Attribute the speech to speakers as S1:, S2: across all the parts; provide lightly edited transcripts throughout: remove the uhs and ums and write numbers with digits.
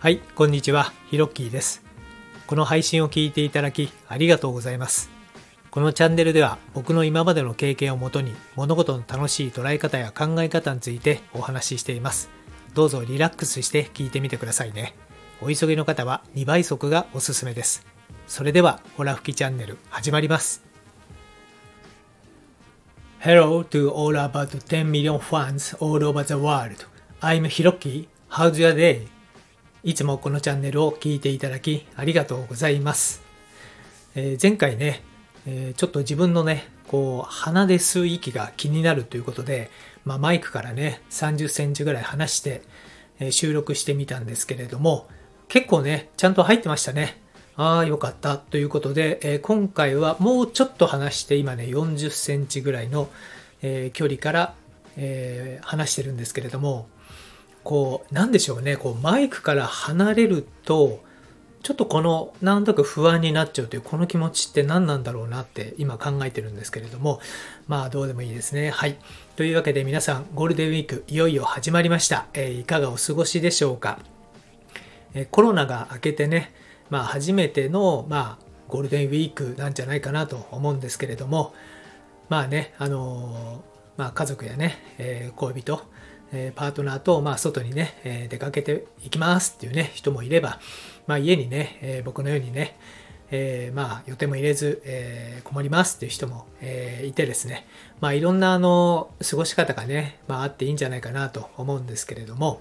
S1: はい、こんにちは。ヒロッキーです。この配信を聞いていただきありがとうございます。このチャンネルでは僕の今までの経験をもとに物事の楽しい捉え方や考え方についてお話ししています。どうぞリラックスして聞いてみてくださいね。お急ぎの方は2倍速がおすすめです。それではホラ吹きチャンネル始まります。Hello to all about 10 million fans all over the world. I'm Hiroki. How's your day? いつもこのチャンネルを聞いていただきありがとうございます。前回ね、ちょっと自分のね、鼻で吸う息が気になるということで、マイクからね、30センチぐらい離して、収録してみたんですけれども、結構ね、ちゃんと入ってましたね。ああ、よかったということで、今回はもうちょっと離して、今ね、40センチぐらいの、距離から、話してるんですけれども、なんでしょうね、マイクから離れると、ちょっとなんとなく不安になっちゃうという、この気持ちって何なんだろうなって今考えてるんですけれども、どうでもいいですね。はい。というわけで皆さん、ゴールデンウィークいよいよ始まりました。いかがお過ごしでしょうか。コロナが明けてね、初めての、ゴールデンウィークなんじゃないかなと思うんですけれども、家族やね、恋人、パートナーと、外にね、出かけていきますっていうね、人もいれば、家にね、僕のようにね、予定も入れず、困りますっていう人も、いてですね、いろんな過ごし方がね、あっていいんじゃないかなと思うんですけれども、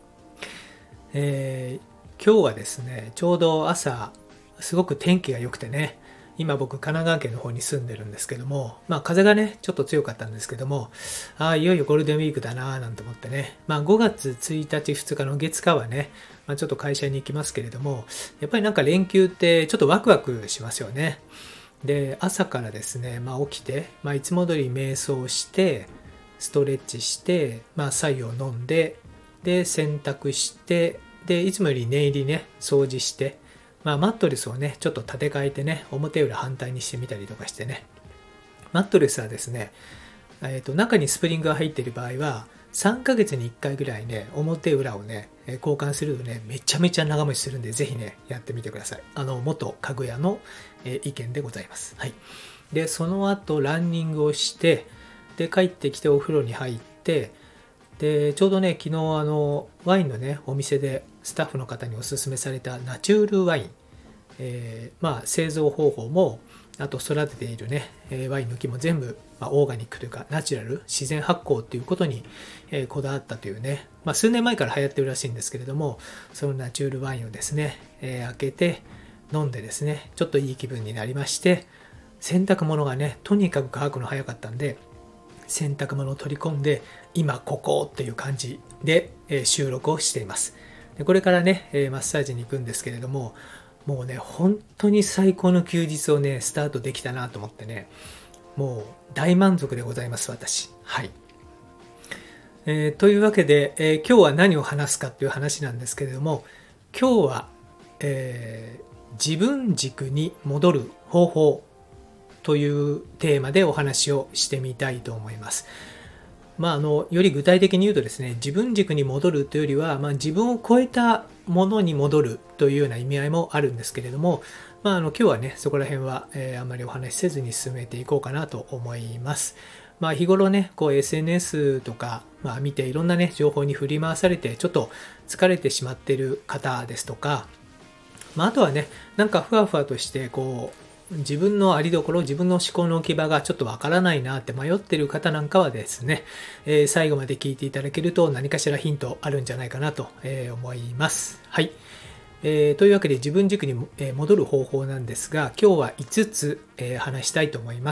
S1: 今日はですね、ちょうど朝、すごく天気が良くてね、今僕神奈川県の方に住んでるんですけども、風がね、ちょっと強かったんですけども、いよいよゴールデンウィークだなぁなんて思ってね、5月1日2日の月火はね、ちょっと会社に行きますけれども、やっぱりなんか連休ってちょっとワクワクしますよね。で、朝からですね、起きて、いつも通り瞑想して、ストレッチして、白湯を飲んで、で、洗濯して、で、いつもより念入りね、掃除して、マットレスをね、ちょっと立て替えてね、表裏反対にしてみたりとかしてね。マットレスはですね、中にスプリングが入っている場合は、3ヶ月に1回ぐらいね、表裏をね、交換するとね、めちゃめちゃ長持ちするんで、ぜひね、やってみてください。元家具屋の意見でございます。はい。で、その後、ランニングをして、で、帰ってきてお風呂に入って、で、ちょうどね、昨日ワインのね、お店でスタッフの方にお勧めされたナチュールワイン、製造方法も、あと育てているね、ワインの木も全部、オーガニックというかナチュラル、自然発酵ということに、こだわったというね、数年前から流行ってるらしいんですけれども、そのナチュールワインをですね、開けて飲んでですね、ちょっといい気分になりまして、洗濯物がね、とにかく乾くの早かったんで、洗濯物を取り込んで、今ここっていう感じで、収録をしています。でこれからね、マッサージに行くんですけれども、もうね、本当に最高の休日をね、スタートできたなと思ってね、もう大満足でございます、私。はい。というわけで、今日は何を話すかっていう話なんですけれども、今日は、自分軸に戻る方法というテーマでお話をしてみたいと思います。より具体的に言うとですね、自分軸に戻るというよりは、自分を超えたものに戻るというような意味合いもあるんですけれども、今日はね、そこら辺は、あまりお話しせずに進めていこうかなと思います。日頃ね、SNS とか、見ていろんなね、情報に振り回されて、ちょっと疲れてしまっている方ですとか、あとはね、なんかふわふわとして、自分のありどころ、自分の思考の置き場がちょっとわからないなって迷っている方なんかはですね、最後まで聞いていただけると何かしらヒントあるんじゃないかなと思います。はい。というわけで自分軸に戻る方法なんですが、今日は5つ話したいと思います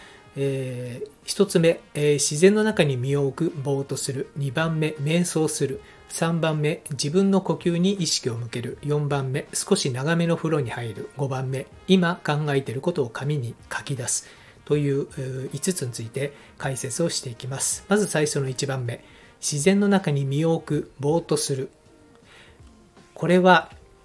S1: 。1つ目、自然の中に身を置く、ぼーっとする。2番目、瞑想する。3番目、自分の呼吸に意識を向ける。4番目、少し長めの風呂に入る。5番目、今考えていることを紙に書き出す。という5つについて解説をしていきます。まず最初の1番目、自然の中に身を置く、ぼーっとする。これは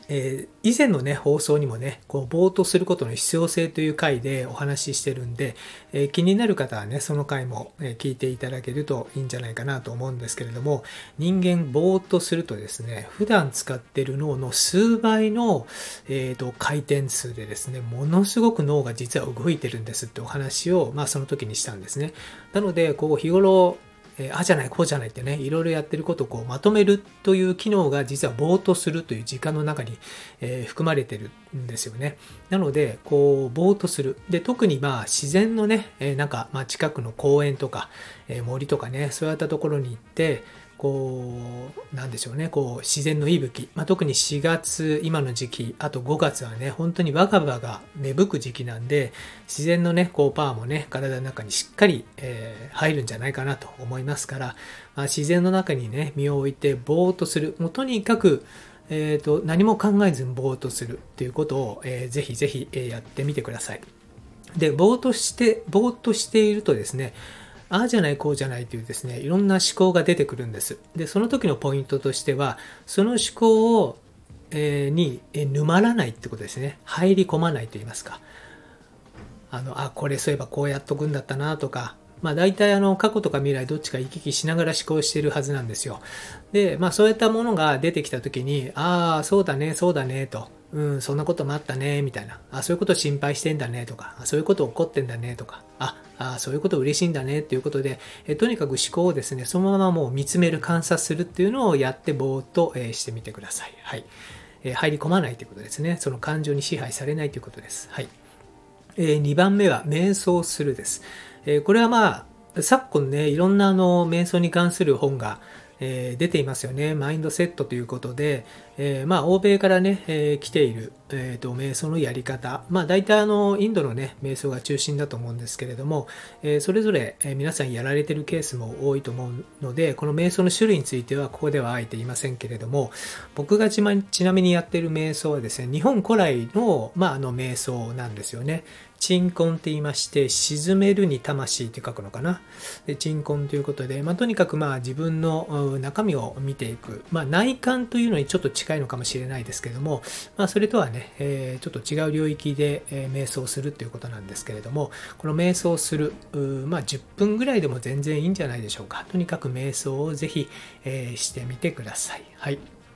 S1: 以前のね、放送にもね、ぼーっとすることの必要性という回でお話ししてるんで、気になる方はね、その回も聞いていただけるといいんじゃないかなと思うんですけれども、人間ぼーっとするとですね、普段使っている脳の数倍の、回転数でですね、ものすごく脳が実は動いてるんですってお話を、その時にしたんですね。なので、日頃、ああじゃないこうじゃないってね、いろいろやってることをまとめるという機能が実はぼーっとするという時間の中に、含まれてるんですよね。なのでぼーっとする。で、特に自然のね、近くの公園とか、森とかね、そういったところに行ってなんでしょうね、自然の息吹、特に4月、今の時期、あと5月はね、本当に若葉が芽吹く時期なんで、自然のね、パワーもね、体の中にしっかり、入るんじゃないかなと思いますから、自然の中にね、身を置いてぼーっとする。もうとにかく、何も考えずにぼーっとするっていうことを、ぜひぜひ、やってみてください。で、ぼーっとしているとですね、ああじゃないこうじゃないというですね、いろんな思考が出てくるんです。で、その時のポイントとしては、その思考を、に沼らないってことですね。入り込まないと言いますか。これそういえばこうやっとくんだったなとか、大体過去とか未来どっちか行き来しながら思考しているはずなんですよ。で、そういったものが出てきた時に、ああ、そうだね、そうだね、と。そんなこともあったね、みたいな。そういうこと心配してんだね、とか。そういうこと起こってんだね、とか。そういうこと嬉しいんだね、ということで、とにかく思考をですね、そのままもう見つめる、観察するっていうのをやってぼーっとしてみてください。はい。入り込まないということですね。その感情に支配されないということです。はい。2番目は瞑想するです。これは昨今ね、いろんな瞑想に関する本が、出ていますよね。マインドセットということで、欧米からね、来ている、瞑想のやり方。大体インドのね、瞑想が中心だと思うんですけれども、それぞれ、皆さんやられているケースも多いと思うので、この瞑想の種類についてはここではあえて言いませんけれども、僕がちなみにやっている瞑想はですね、日本古来の、瞑想なんですよね。鎮魂って言いまして、沈めるに魂って書くのかな。で、鎮魂ということで、とにかく自分の中身を見ていく。内観というのにちょっと近いのかもしれないですけれども、それとはね、ちょっと違う領域で、瞑想するということなんですけれども、この瞑想する、10分ぐらいでも全然いいんじゃないでしょうか。とにかく瞑想をぜひ、してみてください。はい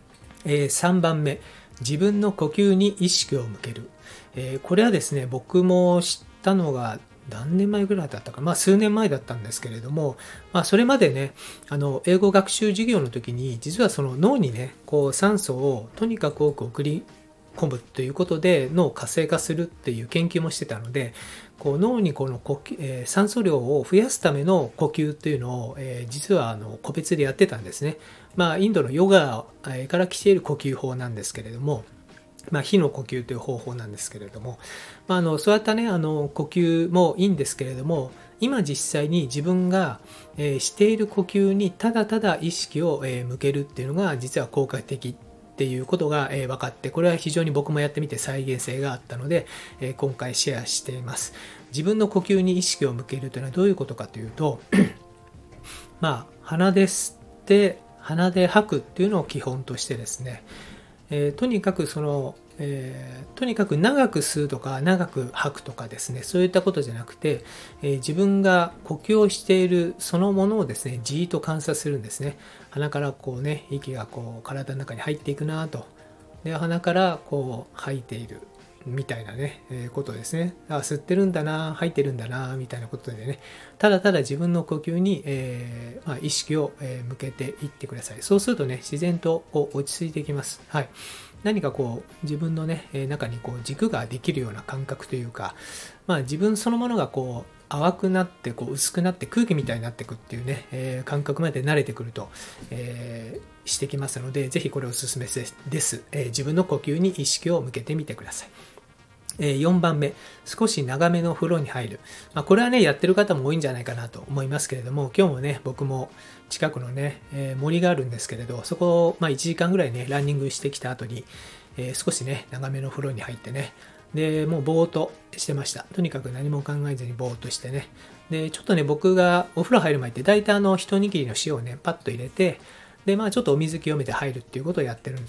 S1: 。3番目、自分の呼吸に意識を向ける。これはですね、僕も知ったのが何年前ぐらいだったか、数年前だったんですけれども、それまでね、英語学習授業の時に、実はその脳にね、酸素をとにかく多く送り込むということで脳を活性化するっていう研究もしてたので、脳に酸素量を増やすための呼吸っていうのを、実は個別でやってたんですね。インドのヨガから来ている呼吸法なんですけれども、火の呼吸という方法なんですけれども、そういったね、呼吸もいいんですけれども、今実際に自分が、している呼吸にただただ意識を、向けるっていうのが実は効果的っていうことが、分かって、これは非常に僕もやってみて再現性があったので、今回シェアしています。自分の呼吸に意識を向けるというのはどういうことかというと、鼻で吸って鼻で吐くっていうのを基本としてですね、とにかくとにかく長く吸うとか長く吐くとかですね、そういったことじゃなくて、自分が呼吸をしているそのものをですね、じーっと観察するんですね。鼻から息が体の中に入っていくなと。で、鼻から吐いているみたいなね、ことですね。吸ってるんだな、吐いてるんだな、みたいなことでね、ただただ自分の呼吸に、意識を、向けていってください。そうするとね、自然と落ち着いていきます。はい。何か自分のね、中に軸ができるような感覚というか、自分そのものが淡くなって薄くなって空気みたいになっていくっていうね、感覚まで慣れてくると、してきますので、ぜひこれおすすめです。自分の呼吸に意識を向けてみてください。4番目、少し長めの風呂に入る。これはね、やってる方も多いんじゃないかなと思いますけれども、今日もね、僕も近くのね、森があるんですけれど、そこを1時間ぐらいね、ランニングしてきた後に、少しね、長めの風呂に入ってね、で、もうぼーっとしてました。とにかく何も考えずにぼーっとしてね。で、ちょっとね、僕がお風呂入る前って大体一握りの塩をね、パッと入れて、で、ちょっとお水清めて入るっていうことをやってるんです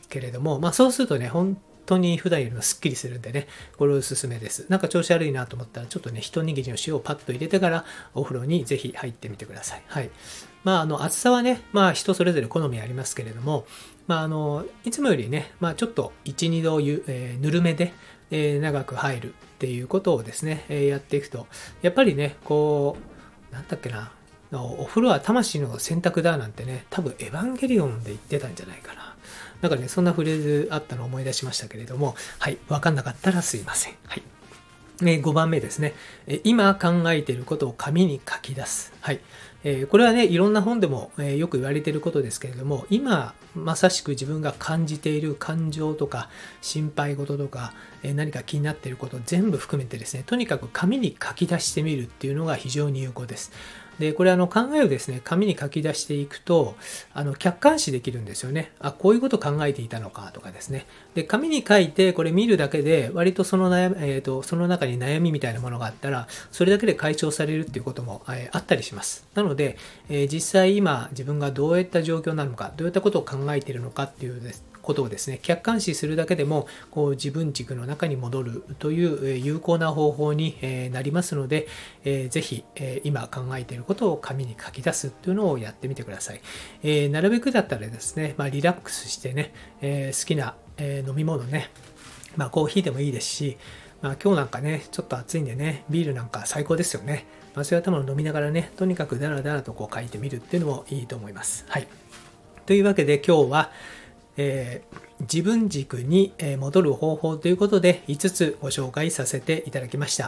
S1: けれども、そうするとね、本当に普段よりもスッキリするんでね、これおすすめです。なんか調子悪いなと思ったら、ちょっとね、一握りの塩をパッと入れてからお風呂にぜひ入ってみてください。はい。厚さはね、人それぞれ好みありますけれども、いつもよりね、ちょっと1、2度ぬるめで、長く入るっていうことをですね、やっていくと、やっぱりね、なんだっけな、お風呂は魂の洗濯だなんてね、多分エヴァンゲリオンで言ってたんじゃないかな。なんかね、そんなフレーズあったのを思い出しましたけれども、はい、わかんなかったらすいません。はい。5番目ですね。今考えていることを紙に書き出す。はい。これはね、いろんな本でもよく言われていることですけれども、今、まさしく自分が感じている感情とか、心配事とか、何か気になっていること全部含めてですね、とにかく紙に書き出してみるっていうのが非常に有効です。で、これ考えをですね、紙に書き出していくと、客観視できるんですよね。こういうことを考えていたのかとかですね。で、紙に書いて、これ見るだけで、割とその中に悩みみたいなものがあったら、それだけで解消されるっていうこともあったりします。なので、実際今自分がどういった状況なのか、どういったことを考えているのかっていうことをですね、客観視するだけでも自分軸の中に戻るという有効な方法になりますので、ぜひ今考えていることを紙に書き出すというのをやってみてください。なるべくだったらですね、リラックスしてね、好きな飲み物ね、コーヒーでもいいですし、今日なんかね、ちょっと暑いんでね、ビールなんか最高ですよね。そういう頭を飲みながらね、とにかくダラダラと書いてみるっていうのもいいと思います。はい。というわけで今日は、自分軸に戻る方法ということで5つご紹介させていただきました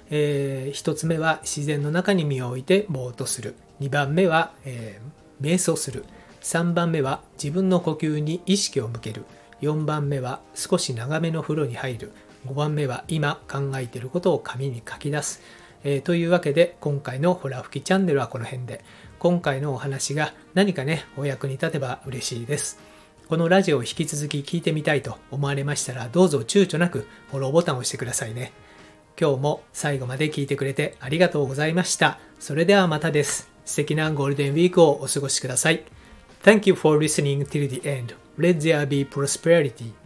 S1: 。1つ目は自然の中に身を置いてぼーっとする。2番目は、瞑想する。3番目は自分の呼吸に意識を向ける。4番目は少し長めの風呂に入る。5番目は今考えていることを紙に書き出す。というわけで今回のホラ吹きチャンネルはこの辺で。今回のお話が何かね、お役に立てば嬉しいです。このラジオを引き続き聞いてみたいと思われましたら、どうぞ躊躇なくフォローボタンを押してくださいね。今日も最後まで聞いてくれてありがとうございました。それではまたです。素敵なゴールデンウィークをお過ごしください。Thank you for listening till the end. Let there be prosperity.